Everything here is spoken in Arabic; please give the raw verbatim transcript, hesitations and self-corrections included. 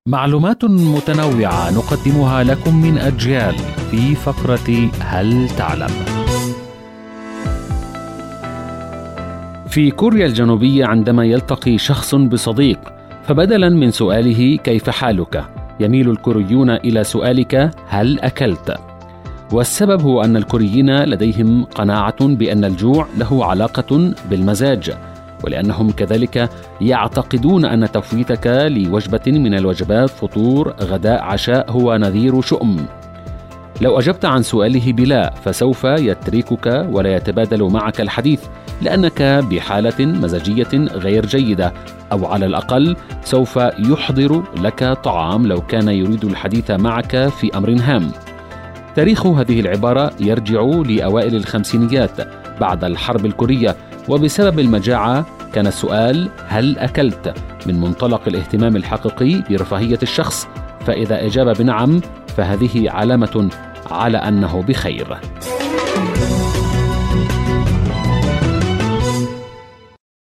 معلومات متنوعة نقدمها لكم من أجيال في فقرة هل تعلم؟ في كوريا الجنوبية عندما يلتقي شخص بصديق فبدلا من سؤاله كيف حالك يميل الكوريون إلى سؤالك هل أكلت؟ والسبب هو أن الكوريين لديهم قناعة بأن الجوع له علاقة بالمزاج، ولأنهم كذلك يعتقدون أن تفويتك لوجبة من الوجبات فطور غداء عشاء هو نذير شؤم. لو أجبت عن سؤاله بلا فسوف يتركك ولا يتبادل معك الحديث لأنك بحالة مزاجية غير جيدة، أو على الأقل سوف يحضر لك طعام لو كان يريد الحديث معك في أمر هام. تاريخ هذه العبارة يرجع لأوائل الخمسينيات بعد الحرب الكورية، وبسبب المجاعة كان السؤال هل أكلت من منطلق الاهتمام الحقيقي برفاهية الشخص، فإذا أجاب بنعم فهذه علامة على أنه بخير.